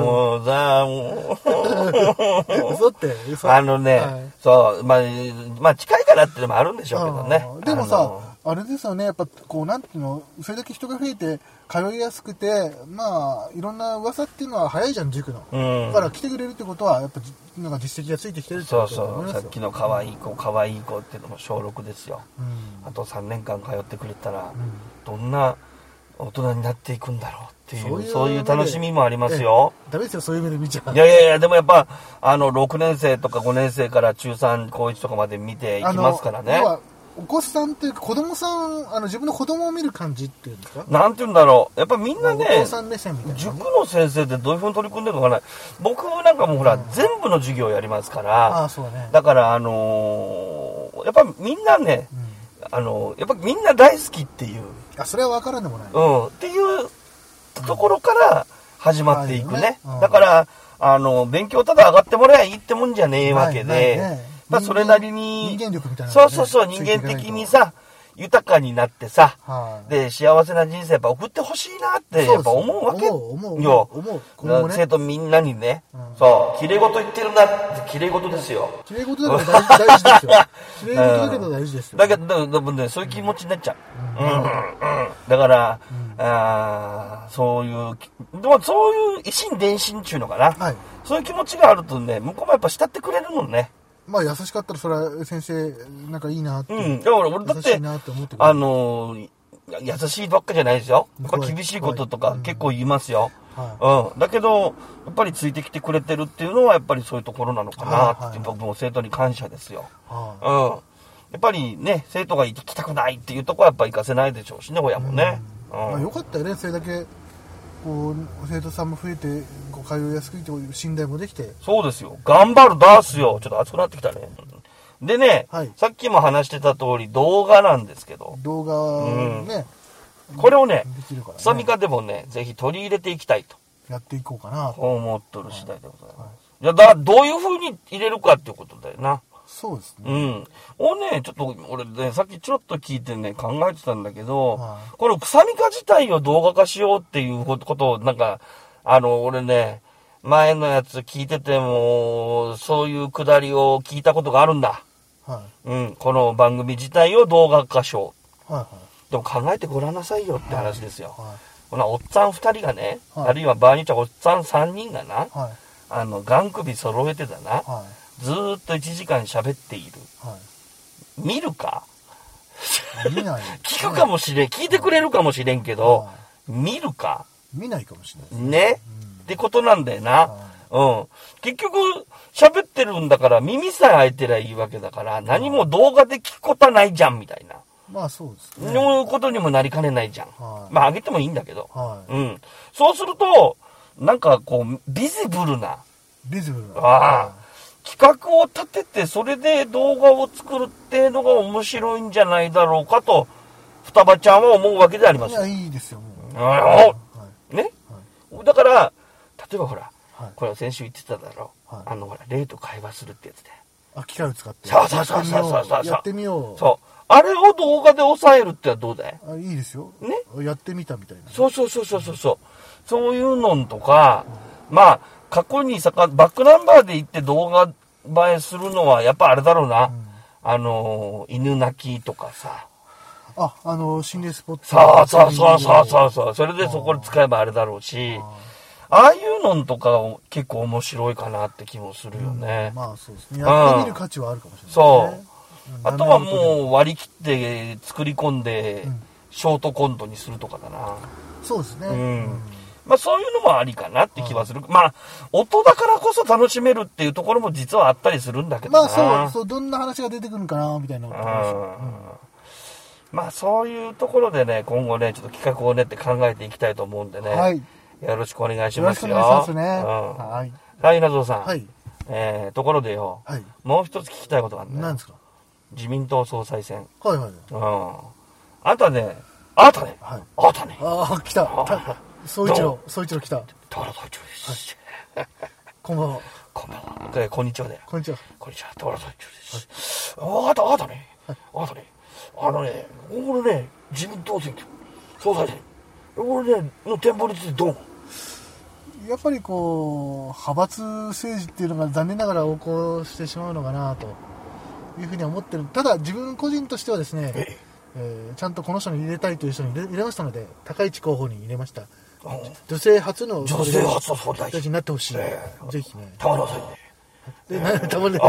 嘘って。 そう、まあ近いからっていうのもあるんでしょうけどね。 でもさ、あれですよね、やっぱこうなんていうの、それだけ人が増えて通いやすくて、まあいろんな噂っていうのは早いじゃん、塾の。だから来てくれるってことはやっぱなんか実績がついてきてるってことだと思いますよ。 さっきの可愛い子っていうのも小6ですよ。あと3年間通ってくれたら、どんな大人になっていくんだろうっていう、そういう楽しみもありますよ。 ダメですよ、そういう目で見ちゃう。 いや、でもやっぱ、6年生とか5年生から中3、高1とかまで見ていきますからね。 お子さんというか子供さん、自分の子供を見る感じっていうんですか？ なんていうんだろう。やっぱみんなね、 お父さん目線みたいな、 塾の先生ってどういうふうに取り組んでるのかな。僕なんかもうほら、全部の授業やりますから、だからやっぱみんなね、やっぱみんな大好きっていう。 それは分からんでもない。 っていうところから始まっていくね。だから、勉強ただ上がってもらえばいいってもんじゃねえわけで、まあそれなりに、 人間力みたいな、 そう、人間的にさ、豊かになってさ、で、幸せな人生やっぱ送ってほしいなって、やっぱ思うわけよ。生徒みんなにね、綺麗事言ってるなって、綺麗事ですよ。 綺麗事だけど大事ですよ。綺麗事だけど大事ですよ。 だけどね、そういう気持ちになっちゃう。だから、そういう一心伝心っていうのかな。そういう気持ちがあるとね、向こうもやっぱ慕ってくれるもんね。 まあ優しかったらそれは先生なんかいいなって。 だから俺だって優しいばっかじゃないですよ。やっぱ厳しいこととか結構言いますよ。だけどやっぱりついてきてくれてるっていうのはやっぱりそういうところなのかなって僕も生徒に感謝ですよ。やっぱりね生徒が行きたくないっていうところはやっぱ行かせないでしょうしね親もね。 よかったよね、それだけこう生徒さんも増えてこう通いやすくて信頼もできて。 そうですよ、頑張る出すよ。ちょっと熱くなってきたね。でね、さっきも話してた通り動画なんですけど、 動画ね、 これをねくさみかでもねぜひ取り入れていきたいとやっていこうかなと思っとる次第でございます。いやどういう風に入れるかっていうことだよな。 そうですね。 ちょっと俺ね、さっきちょっと聞いてね、考えてたんだけど、このくさみか自体を動画化しようっていうことを、なんか、俺ね、前のやつ聞いてても、そういうくだりを聞いたことがあるんだ。この番組自体を動画化しよう。でも考えてごらんなさいよって話ですよ。 おっさん2人がね、あるいは場合によってはおっさん3人がな、ガン首揃えてだな、ずーっと1時間喋っている。見るか見ない。 聞くかもしれん。聞いてくれるかもしれんけど、見るか見ないかもしれない。 ね、ってことなんだよな。結局、喋ってるんだから耳さえ開いてりゃいいわけだから、何も動画で聞くことはないじゃん、みたいな。 まあそうですね。 そういうことにもなりかねないじゃん。まあ上げてもいいんだけど。そうすると、なんかこう、ビジブルな。企画を立てて、それで動画を作るっていうのが面白いんじゃないだろうかと、双葉ちゃんは思うわけであります。 いや、いいですよ、 ね。だから、例えばほら、これは先週言ってただろう。ほら、霊と会話するってやつで。 機械を使って。 そう。 やってみよう。 そう。あれを動画で抑えるってのはどうだい？ いいですよ。 ね。 やってみたみたいな。 そう。そういうのとか、まあ、過去にバックナンバーで行って動画映えするのは、やっぱあれだろうな。犬鳴きとかさ。 心霊スポット。 そう。それでそこで使えばあれだろうし、ああいうのとか結構面白いかなって気もするよね。 まあそうですね。やってみる価値はあるかもしれないですね。 そう。あとはもう割り切って作り込んで、ショートコントにするとかだな。 そうですね。 まあそういうのもありかなって気はする。まあ、音だからこそ楽しめるっていうところも実はあったりするんだけどな。 まあそう、どんな話が出てくるかな、みたいな。 まあそういうところでね、今後ね、ちょっと企画をねって考えていきたいと思うんでね。よろしくお願いしますよ。 よろしくお願いしますね。 はい、稲造さん。ところでよ、もう一つ聞きたいことがあるんだよ。 何ですか？ 自民党総裁選。 あんたね。 あ、来た。総一郎来た。 田原総一郎です。 こんばんは。 こんにちはだよ。 こんにちは。 田原総一郎です。あなたね。これね、自民党選挙、総裁選。これね、の展望についてどう思う？ やっぱりこう、派閥政治っていうのが残念ながら横行してしまうのかなというふうには思ってる。ただ自分個人としてはですね、ちゃんとこの人に入れたいという人に入れましたので、高市候補に入れました。女性初の総理大臣になってほしい。ぜひね。 たまりませんね。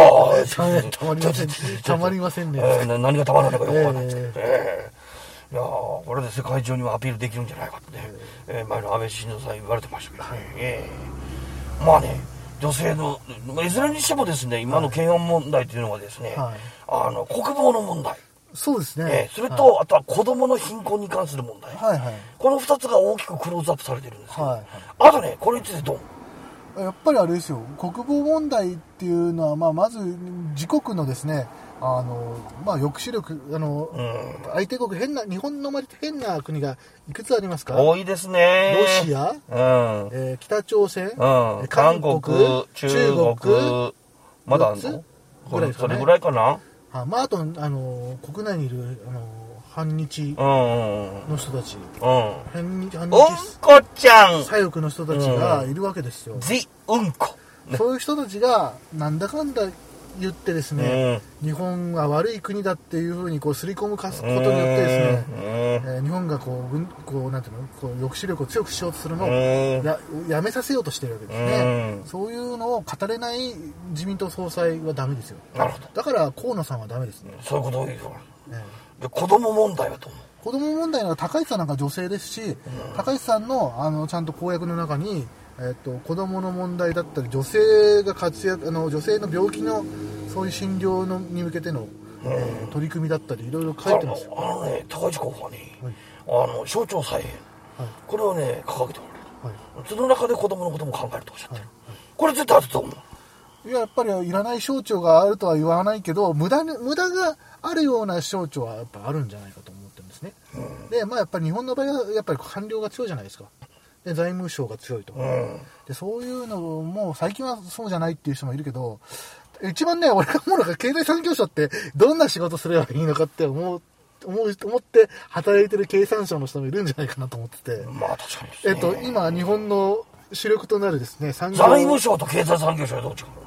たまりませんね。 何がたまらないかよくわかんないですけど。いやこれで世界中にもアピールできるんじゃないかってね、前の安倍晋三さん言われてましたけどね。まあね、女性の、いずれにしてもですね、今の検温問題というのはですね、国防の問題。 そうですね。 それと、あとは子供の貧困に関する問題。この2つが大きくクローズアップされてるんですけど、あとね、これについてどう？ やっぱりあれですよ、国防問題っていうのは、まず自国のですね、抑止力、相手国日本の周りって変な国がいくつありますか？ 多いですね。 ロシア、北朝鮮、 韓国、中国、まだあるの？それぐらいかな。 あと国内にいる反日の人たち、 うんこちゃん、 左翼の人たちがいるわけですよ。 うんこ。 そういう人たちがなんだかんだ言ってですね、日本が悪い国だっていうふうにこう刷り込むことによってですね、日本がこうなんていうの、こう抑止力を強くしようとするのをやめさせようとしてるわけですね。そういうのを語れない自民党総裁はダメですよ。 なるほど。 だから河野さんはダメですね。 そういうことを言うよ。で子供問題はどう思う？ 子供問題は高市さんなんか女性ですし、高市さんのちゃんと公約の中に子供の問題だったり女性が活躍女性の病気のそういう診療に向けての、取り組みだったりいろいろ書いてますよ。 高市候補はね、省庁再編、これをね掲げておられる。その中で子供のことも考えるとおっしゃってる。これ絶対あると思う。 やっぱりいらない省庁があるとは言わないけど無駄があるような省庁はやっぱあるんじゃないかと思ってるんですね。でやっぱり日本の場合はやっぱり官僚が強いじゃないですか。で財務省が強いと、でそういうのも最近はそうじゃないっていう人もいるけど、一番ね俺が思うのが経済産業省ってどんな仕事すればいいのかって思って働いてる経産省の人もいるんじゃないかなと思ってて、 まあ確かにですね。 今日本の主力となるですね財務省と経済産業省はどっちか。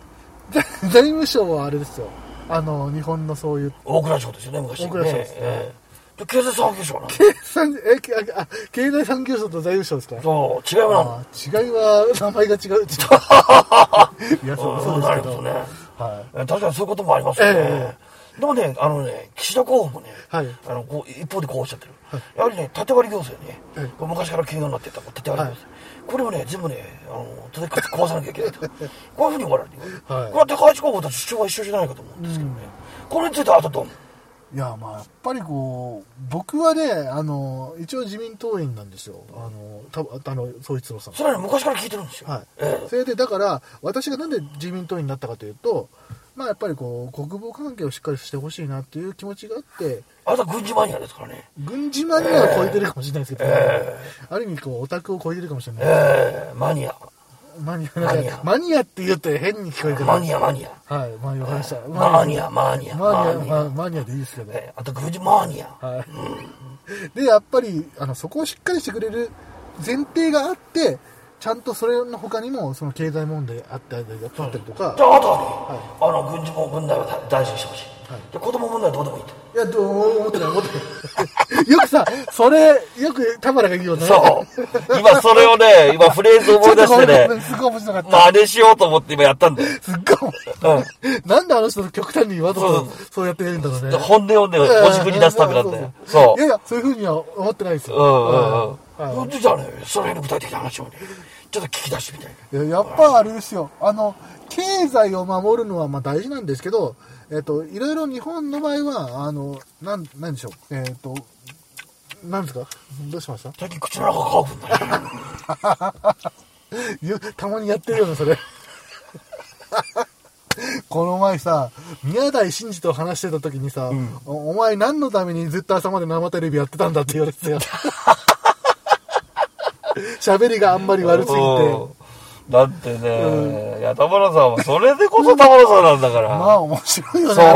財務省はあれですよ、日本のそういう大蔵省ですよね、昔。 大蔵省ですね。 経済産業省なの。 経済産業省と財務省ですか？ そう、違いは違いは、名前が違う。いや、そうですけど。 ね。はい。確かにそういうこともありますよね。でもね、岸田候補もね、こう一方でこうおっしゃってる。やはりね、縦割り行政ね、昔から気になってた縦割り行政。これをね、全部ね、壊さなきゃいけないと。こういうふうに言われる。これは高市候補と主張は一緒じゃないかと思うんですけどね。これについてはどう思う？ いや、まあ、やっぱり僕はね、一応自民党員なんですよ。総一郎さん。 それはね、昔から聞いてるんですよ。 はい。それで、だから、私がなんで自民党員になったかというと、まあ、やっぱり国防関係をしっかりしてほしいなっていう気持ちがあって、 あなた軍事マニアですからね。 軍事マニアは超えてるかもしれないですけど、ある意味、オタクを超えてるかもしれない。 マニアって言って変に聞こえてる。 マニア。はい、 わかりました。 マニア。 マニアでいいですけど。 あと、軍事マニア。 はい。で、やっぱり、そこをしっかりしてくれる前提があって、ちゃんとそれの他にも、その経済問題あったりとか。 じゃあ、あとはね、軍事問題は大事にしてほしい。で、子供問題はどうでもいいと。 いや、思ってない。よくさ、よく田原が言うよね。 そう。今それをね、フレーズを思い出してね。 すごい面白かった。 真似しようと思って今やったんだよ。 すっごい面白い。なんであの人極端にわざとそうやってるんだろうね。 本音をね、おしくに出すためなんだよ。そう。 いや、そういうふうには思ってないですよ。 じゃあね、その辺の具体的な話をね、ちょっと聞き出してみたい。 やっぱあれですよ。経済を守るのはまあ大事なんですけど、いろいろ日本の場合は、なんでしょう。なんですか？どうしました？ 最近口の中乾くんだよ。たまにやってるよね、それ。この前さ、宮台真司と話してた時にさ、お前何のためにずっと朝まで生テレビやってたんだって言われてたよ。喋りがあんまり悪すぎて。 だってね、いや、田原さんはそれでこそ田原さんなんだから。 まあ面白いよね。 そう。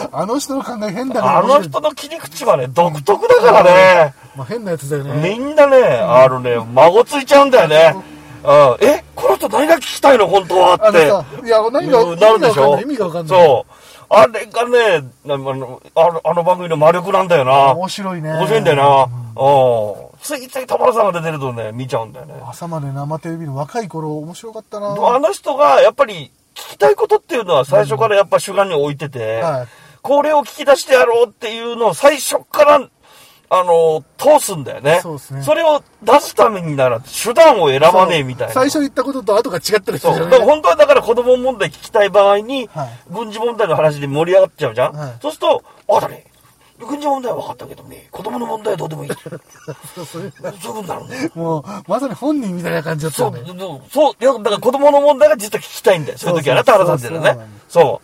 あの人の考え変だから。 あの人の切り口はね、独特だからね。 まあ変なやつだよね。 みんなね、孫ついちゃうんだよね。この人何が聞きたいの本当はって。 いや、何がなるでしょ。 意味がわかんない。 そう。あれがね、あの番組の魔力なんだよな。 面白いね。 面白いんだよな。ついつい田原さんが出てるとね、見ちゃうんだよね。 朝まで生テレビの若い頃面白かったな。 あの人がやっぱり聞きたいことっていうのは最初からやっぱ主眼に置いてて、これを聞き出してやろうっていうのを最初から通すんだよね。 そうですね。 それを出すためになら手段を選ばねえみたいな。 最初言ったことと後が違ったりするよね。 そう。本当はだから子供問題聞きたい場合に、軍事問題の話で盛り上がっちゃうじゃん。そうすると、だね。軍事問題は分かったけどね、子供の問題はどうでもいい。そういうことだろうね。 もう、まさに本人みたいな感じだったよね。 そう。いや、だから子供の問題が実は聞きたいんだよ。そういう時はね、田原さんっていうのはね。そう。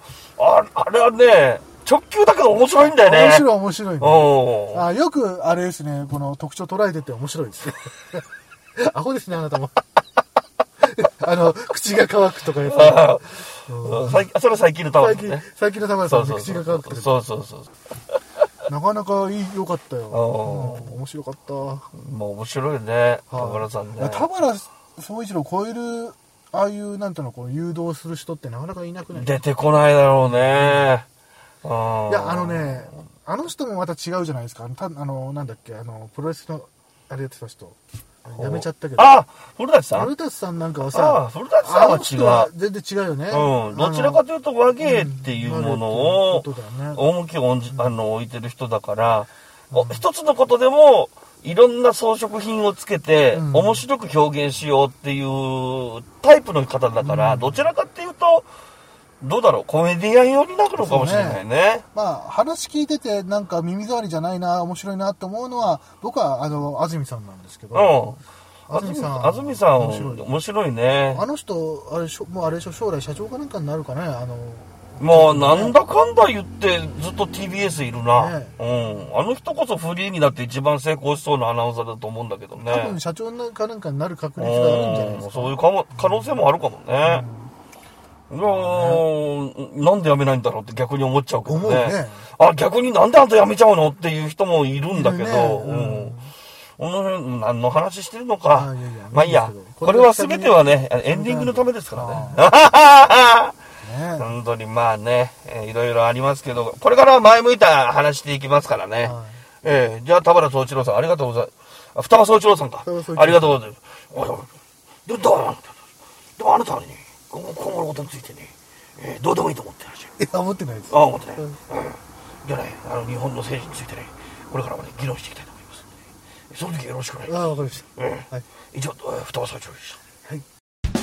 あれはね、直球だけど面白いんだよね。 面白いね。よく、あれですね、この特徴捉えてて面白いですね。アホですね、あなたも。口が乾くとかやつ。 それは最近の田原さんね。 最近の田原さん、口が乾くとか。 そう。 なかなか良かったよ。面白かった。 もう面白いね、田原さんね。 田原総一郎を超える、ああいう、なんていうの、誘導する人ってなかなかいなくない？ 出てこないだろうね。 いや、あの人もまた違うじゃないですか。なんだっけ、プロレスの、あれやってた人。やめちゃったけど。 古舘さん？ 古舘さんなんかはさ、 古舘さんは違う。 全然違うよね。 どちらかというと和芸っていうものを、重きを置いてる人だから、一つのことでも、いろんな装飾品をつけて、面白く表現しようっていうタイプの方だから、どちらかっていうと、どうだろう、コメディアン寄りになるのかもしれないね。 まあ、話聞いてて、なんか耳障りじゃないな、面白いなって思うのは、僕は、安住さんなんですけど。 安住さん、面白いね。 あの人、もうあれでしょ、将来社長かなんかになるかね、 もう、なんだかんだ言って、ずっと TBS いるな。あの人こそフリーになって一番成功しそうなアナウンサーだと思うんだけどね。 多分社長かなんかになる確率があるんじゃないですか。 そういう可能性もあるかもね。なんで辞めないんだろうって逆に思っちゃうけどね。逆になんであんた辞めちゃうのっていう人もいるんだけど、何の話してるのか。まあいいや。これは全てはね、エンディングのためですからね。本当にまあね、いろいろありますけど、これからは前向いた話していきますからね。 じゃあ、田原総一郎さん、ありがとうございます。双葉総一郎さんか。ありがとうございます。でもあなたはね、今後のことについてね、どうでもいいと思ってらっしゃる。 思ってないです。 思ってない。じゃあね、日本の政治についてね、これからもね、議論していきたいと思います。その時よろしくね。 わかりました。 以上、双葉総一郎でした。 はい。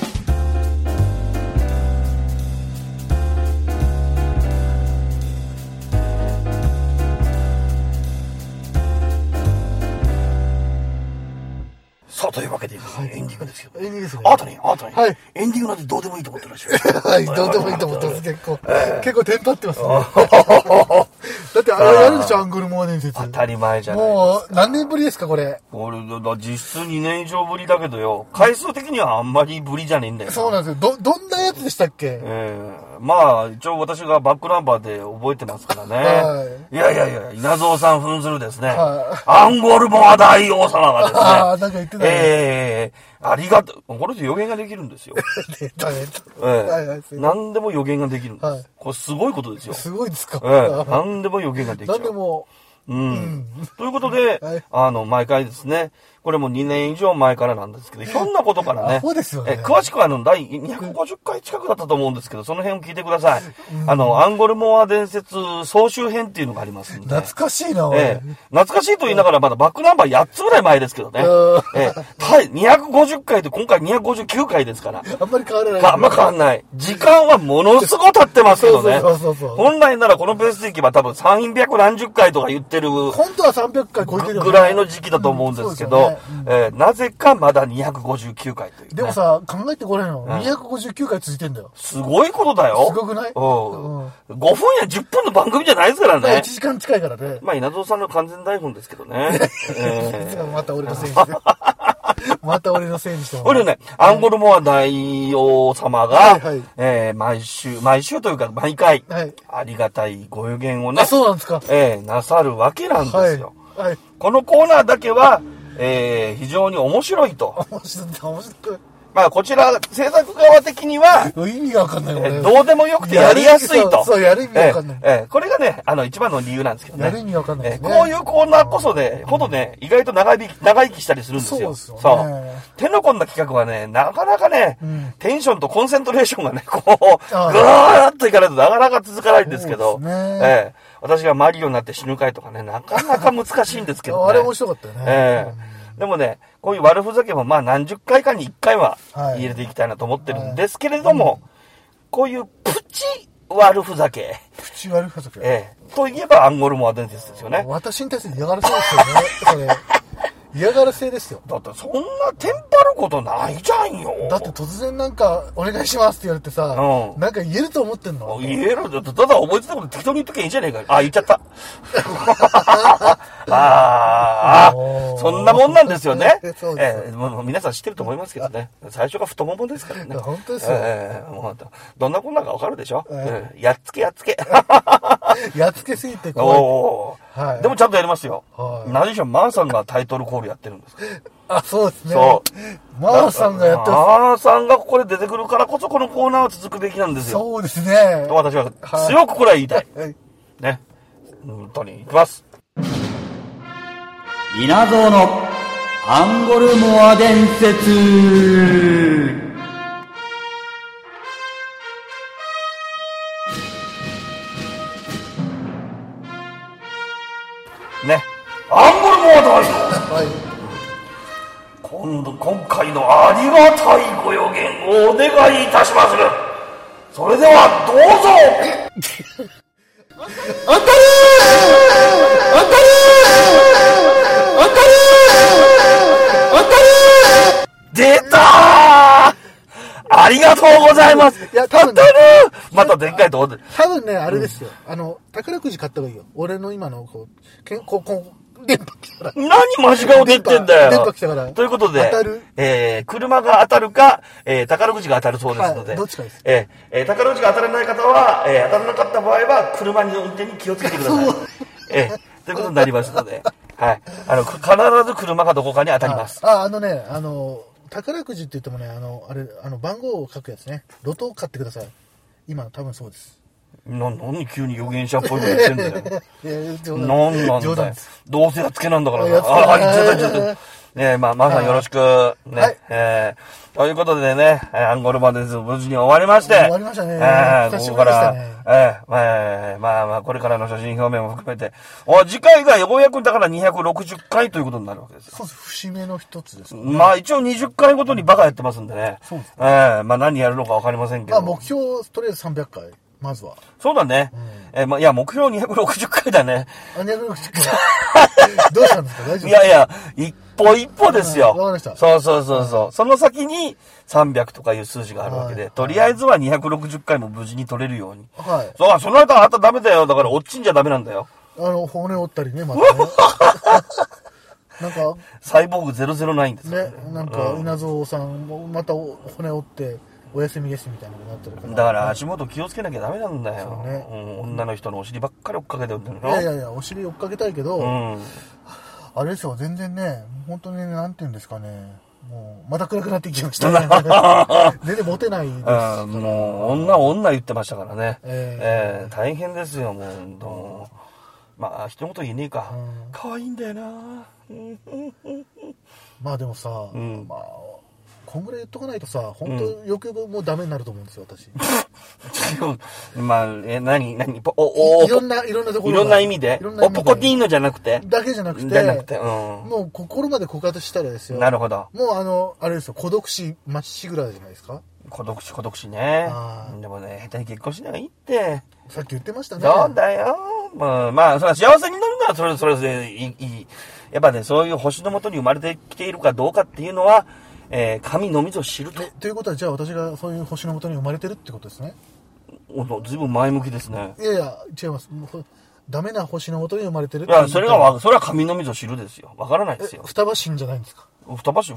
さあ、というわけで、エンディングですよ。 エンディングですね。 あとに、 はい。 エンディングなんてどうでもいいと思ってらっしゃる。 はい、どうでもいいと思ってます、結構テンパってますね。だって、やるでしょ、アングルモア伝説。 当たり前じゃない。 もう、何年ぶりですか、これ。 実質2年以上ぶりだけどよ、回数的にはあんまりぶりじゃねえんだよ。 そうなんですよ。どんなやつでしたっけ？ まあ、一応私がバックナンバーで覚えてますからね。いや、稲造さん扮するですね、アンゴルモア大王様がですね、 なんか言ってたね。 ありがとう。これで予言ができるんですよ。何でも予言ができるんです。これすごいことですよ。 すごいですか？ 何でも予言ができちゃう。 何でも。 ということで、毎回ですね、これも2年以上前からなんですけど、ひょんなことからね、 そうですよね。 詳しくは第250回近くだったと思うんですけど、その辺を聞いてください。アンゴルモア伝説総集編っていうのがありますんで。 懐かしいな、 懐かしいと言いながらまだバックナンバー8つぐらい前ですけどね。250回で今回259回ですから。 あんまり変わらない。 あんま変わんない。時間はものすごい経ってますけどね。本来ならこのペースでいけば多分300何十回とか言ってる。 本当は300回超えてるぐらいの時期だと思うんですけど、なぜかまだ259回という、ね。 でもさ、考えてこれの、259回続いてんだよ。 すごいことだよ。 すごくない？ 5分や10分の番組じゃないですからね。 1時間近いからね。 まあ、稲造さんの完全台本ですけどね。 また俺のせいにして。また俺のせいにしても。 これね、アンゴルモア大王様が、毎週というか毎回、ありがたいご予言をね、 そうなんですか。 なさるわけなんですよ。このコーナーだけは、非常に面白いと。 面白い。 まあ、こちら、制作側的には、 意味がわかんないよね。 どうでもよくてやりやすいと。 そう、やる意味わかんない。 これがね、一番の理由なんですけどね。 やる意味わかんない。 こういうコーナーこそね、ほどね、意外と長生きしたりするんですよ。そう手の込んだ企画はね、なかなかね、テンションとコンセントレーションがね、こう、ぐーっといかないとなかなか続かないんですけど、私がマリオになって死ぬ回とかね、なかなか難しいんですけどね。 あれ面白かったよね。 でもね、こういう悪ふざけもまあ何十回かに1回は入れていきたいなと思ってるんですけれども、こういうプチ悪ふざけ。 プチ悪ふざけ。 といえばアンゴルモア伝説ですよね。 私に対する嫌がらせですよね。嫌がらせですよ。 だってそんなテンパることないじゃんよ。 だって突然なんかお願いしますって言われてさ、なんか言えると思ってんの？ 言えるよ。ただ思いついたこと適当に言っときゃいいんじゃねえか。あ、言っちゃった。そんなもんなんですよね。もう皆さん知ってると思いますけどね。最初が太ももですからね。 本当ですよ。 どんなこんなかわかるでしょ。やっつけ。 やっつけすぎて怖い。でもちゃんとやりますよ。何でしょう、マーさんがタイトルコールやってるんですか。 あ、そうですね。そう。マーさんがやってます。 マーさんがここで出てくるからこそこのコーナーは続くべきなんですよ。 そうですね。 と私は強くこれは言いたい。ね。本当に。いきます。 稲造のアンゴルモア伝説。 ね。アンゴルモア大王。今回のありがたいご予言をお願いいたしまする。それではどうぞ。 当たる出たー、ありがとうございます。当たるまたでっかいとこで。 多分ね、あれですよ。宝くじ買った方がいいよ。俺の今の、電波来たから。 何マジ顔で言ってんだよ。 電波来たから。 ということで、 当たる車が当たるか、宝くじが当たるそうですので。 どっちかです。 宝くじが当たらない方は、当たらなかった場合は、車の運転に気をつけてください。ということになりますので、はい。必ず車がどこかに当たります。 宝くじって言ってもね、番号を書くやつね。ロトを買ってください。今の多分そうです。 何急に預言者っぽいこと言ってんだよ。なんなんだよ。どうせやっつけなんだからな。言っちゃった。ねまさんよろしく。ね。ということでね、アンゴルバです。無事に終わりまして。 終わりましたね。 ここから、これからの写真表明も含めて、次回がようやくだから260回ということになるわけですよ。 そうです。節目の一つですね。 一応20回ごとにバカやってますんでね。 そうです。 何やるのかわかりませんけど。 目標、とりあえず300回。まずは。 そうだね。いや、目標260回だね。 260回どうしたんですか大丈夫ですか？ いや、一歩ですよ。 わかりました。 そう。その先に300とかいう数字があるわけで、とりあえずは260回も無事に取れるように。 はい。 その間あったらダメだよ。だから落ちんじゃダメなんだよ。 骨折ったりね、またね。なんか、 サイボーグ009ですね。なんか、稲造さんもまた骨折って、お休みですみたいなのになってるから。 だから足元気をつけなきゃダメなんだよ。 そうね。 女の人のお尻ばっかり追っかけてるんだよ。 いや、お尻追っかけたいけど、あれですよ、全然ね、本当にね、なんていうんですかね、もう、また暗くなってきましたね。全然モテないです。 もう、女言ってましたからね。大変ですよ、もう。一言言えねえか。可愛いんだよな。 でもさ、こんぐらい言っとかないとさ、本当よくもうダメになると思うんですよ、私。 何いろんなところいろんな意味でポコティーノじゃなくてだけじゃなくて、もう心まで枯渇したらですよ。 なるほど。 もうあれですよ、孤独死まっしぐらいじゃないですか。 孤独死ね。でもね、下手に結婚しないいって。 さっき言ってましたね。 そうだよ。それは幸せになるならそれでいい。やっぱね、そういう星の下に生まれてきているかどうかっていうのは、神のみぞ知ると。 ということは、じゃあ私がそういう星の下に生まれてるってことですね。 ずいぶん前向きですね。 いや、違います。ダメな星の下に生まれてるって。 いや、それは神のみぞ知るですよ。わからないですよ。 双葉神じゃないんですか？ 双葉神、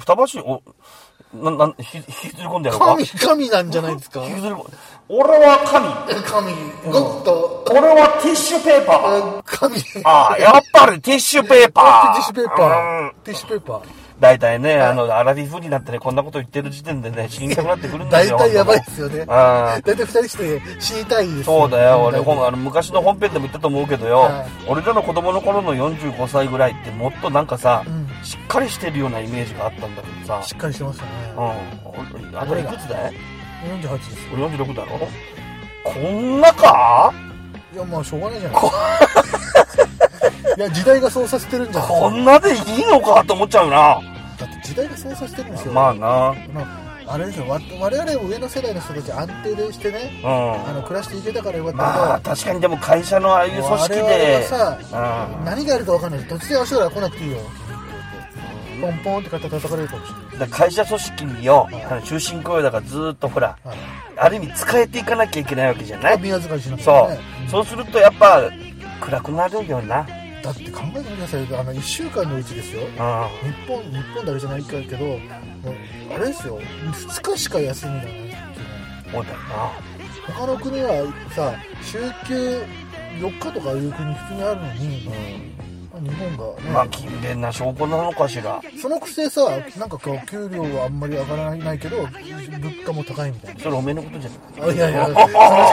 引きずり込んでやろうか？ 神なんじゃないですか？ 俺は神。ゴッド。 俺はティッシュペーパー。 神。 やっぱりティッシュペーパー。 ティッシュペーパー。 大体ね、アラフィフになってね、こんなこと言ってる時点でね、死にたくなってくるんですよ。 大体やばいですよね。大体二人して死にたいですよ。 そうだよ。俺、昔の本編でも言ったと思うけどよ、俺らの子供の頃の45歳ぐらいってもっとなんかさ、しっかりしてるようなイメージがあったんだけどさ。 しっかりしてましたね。 あといくつだい？ 48です。 俺46だろ？こんなか？ いや、しょうがないじゃないですか。いや、時代がそうさせてるんじゃないですか。 こんなでいいのかと思っちゃうな。 だって時代がそうさせてるんですよ。あれですよ、我々上の世代の人たち安定でしてね、暮らしていけたからよかったけど、 確かにでも会社のああいう組織で我々はさ、何があるか分かんない。突然足から来なくていいよ。ポンポンって肩叩かれるかもしれない。 会社組織によ、終身雇用だからずーっとほら、ある意味使えていかなきゃいけないわけじゃない？ 宮遣いしなきゃね。 そうするとやっぱ暗くなるよな。 だって考えてみてください。1週間のうちですよ。日本だけじゃないけど、もうあれですよ。2日しか休みがないっていうね。 そうだよな。 他の国はさ、週休4日とかいう国普通にあるのに、日本がね。 勤勉な証拠なのかしら。 そのくせさ、なんか給料はあんまり上がらないけど、物価も高いみたいな。 それおめえのことじゃない？ いや、そう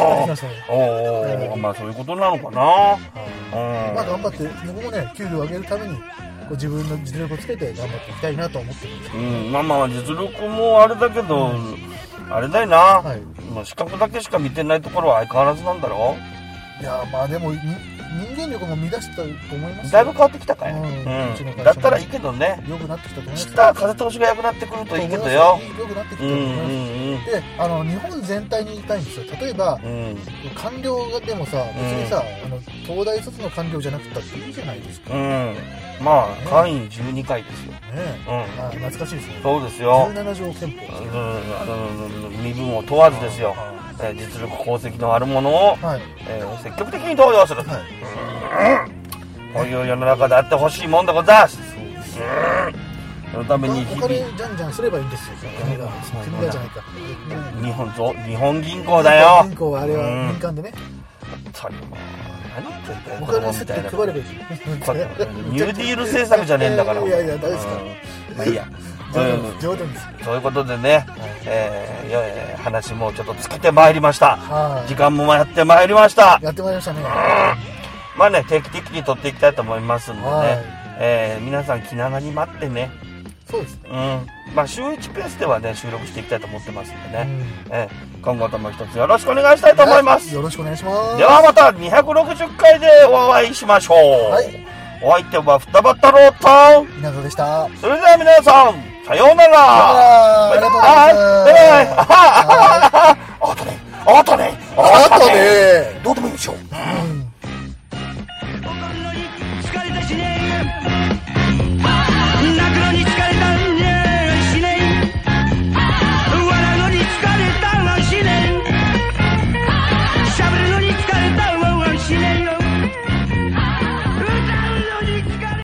いうことなのかな。 頑張って、僕もね、給料を上げるために、自分の実力をつけて頑張っていきたいなと思ってるんですけど。 実力もあれだけど、あれだよな。資格だけしか見てないところは相変わらずなんだろう。 いや、でも、人間力も乱したと思いますよ。 だいぶ変わってきたかい？だったらいいけどね。 良くなってきたと思います。 下風通しが良くなってくるといいけどよ。 良くなってきたと思います。で、日本全体に言いたいんですよ。例えば、官僚でもさ、別にさ、東大卒の官僚じゃなくたっていいじゃないですか。 会員12回ですよ。 懐かしいですね。 そうですよ。 17条憲法。 身分を問わずですよ。実力功績のあるものを、積極的に登用する。こういう世の中であってほしいもんでございます。そのためにお金じゃんじゃんすればいいんですよ。国がじゃないか。 日本銀行だよ。 銀行はあれは民間でね。 何言ってんだよ、 お金セット配ればいい。 ニューディール政策じゃねえんだから。 いやいや、大丈夫ですか。 まあいいや。 冗談です。 そういうことでね、話もちょっと尽きてまいりました。時間もやってまいりました。 やってまいりましたね。 まあね、定期的に撮っていきたいと思いますんでね、皆さん気長に待ってね。 そうですね。まあ週1ペースではね、収録していきたいと思ってますんでね。今後とも一つよろしくお願いしたいと思います。 よろしくお願いします。 ではまた260回でお会いしましょう。はい。お相手は双葉太郎と稲田でした。 それでは皆さん、さようなら。 ありがとうございます。 あとね。 どうでもいいでしょ。